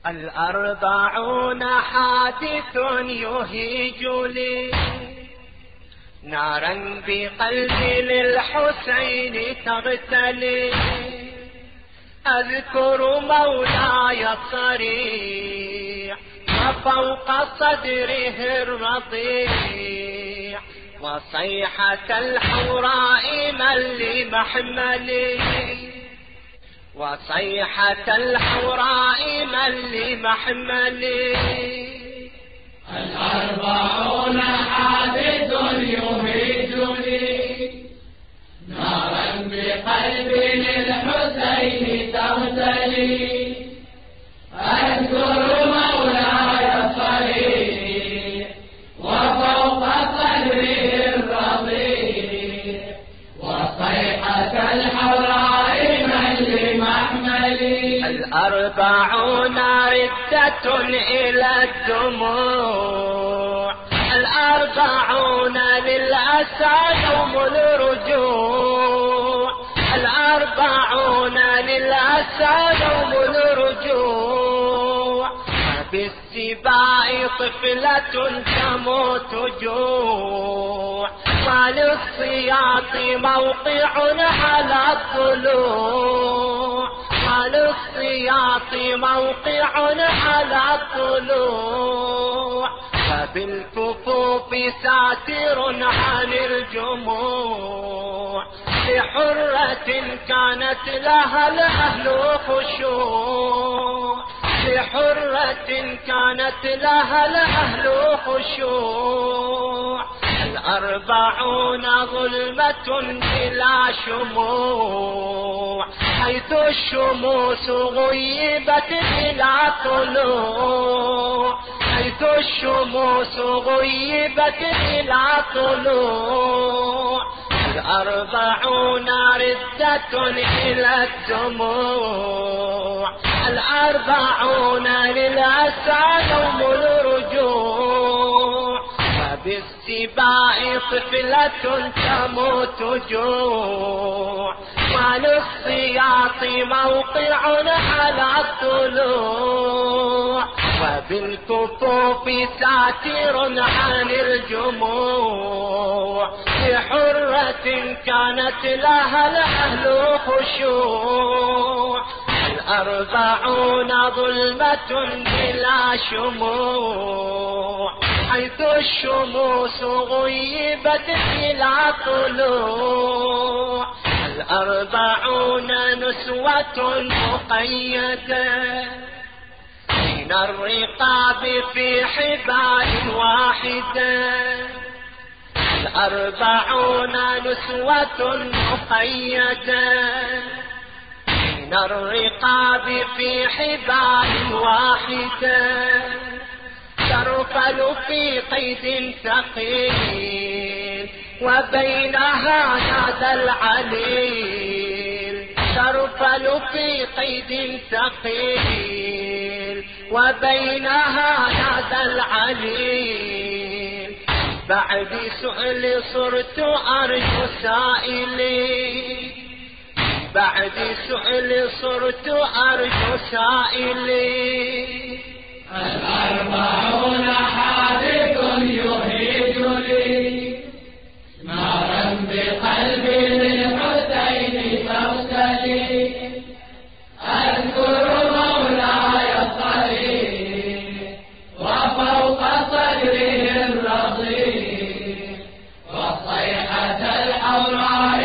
الأربعون حادث يهيج لي نارا بقلبي للحسين تغتلي. أذكر مولاي الصريح وفوق صدره الرضيع وصيحة الحوراء من لمحملي وصيحة الحوراء من لمحملي. الأربعون حادث يهيجني نارا بقلبي للحسين تغتلي. أذكر مولاي الصريح وفوق صدره الرضيع وصيحة الحوراء من لمحملي. الأربعون ردة إلى الدموع الأربعون للأسى يوم الرجوع الأربعون للأسى يوم الرجوع. بالسباع طفلة تموت جوع وللصياط موقع على الضلوع وللصياط موقع على الضلوع. فبالكفوف ساتر عن الجموع لحرة كانت لها الأهل خشوع لحرة كانت لها الأهل خشوع. الأربعون ظلمة بلا شموع حيث الشموس غيبت بلا طلوع حيث الشموس غيبت بلا طلوع. الأربعون ردة إلى الدموع الأربعون للأسى يوم الرجوع. فبالسباع طفلة تموت جوع وللصياط موقع على الطلوع. وبالكفوف ساتر عن الجموع لحرة كانت لها الأهل خشوع. الأربعون ظلمة بلا شموع حيث الشموس غيبت بلا طلوع. الأربعون نسوة مقيدة من الرقاب في حبال واحدة. الأربعون نسوة مقيدة من الرقاب في حبال واحدة. ترفل في قيد ثقيل وبينها هذا العليل. ترفل في قيد ثقيل وبينها هذا العليل. بعد سؤل صرت أرجو سائلي بعد سؤل صرت أرجو سائلي. الأربعون حادث يهيجني نارا بقلبي للحسين تغتلي. أذكر مولاي الصريح وفوق صدره الرضيع وصيحة الحوراء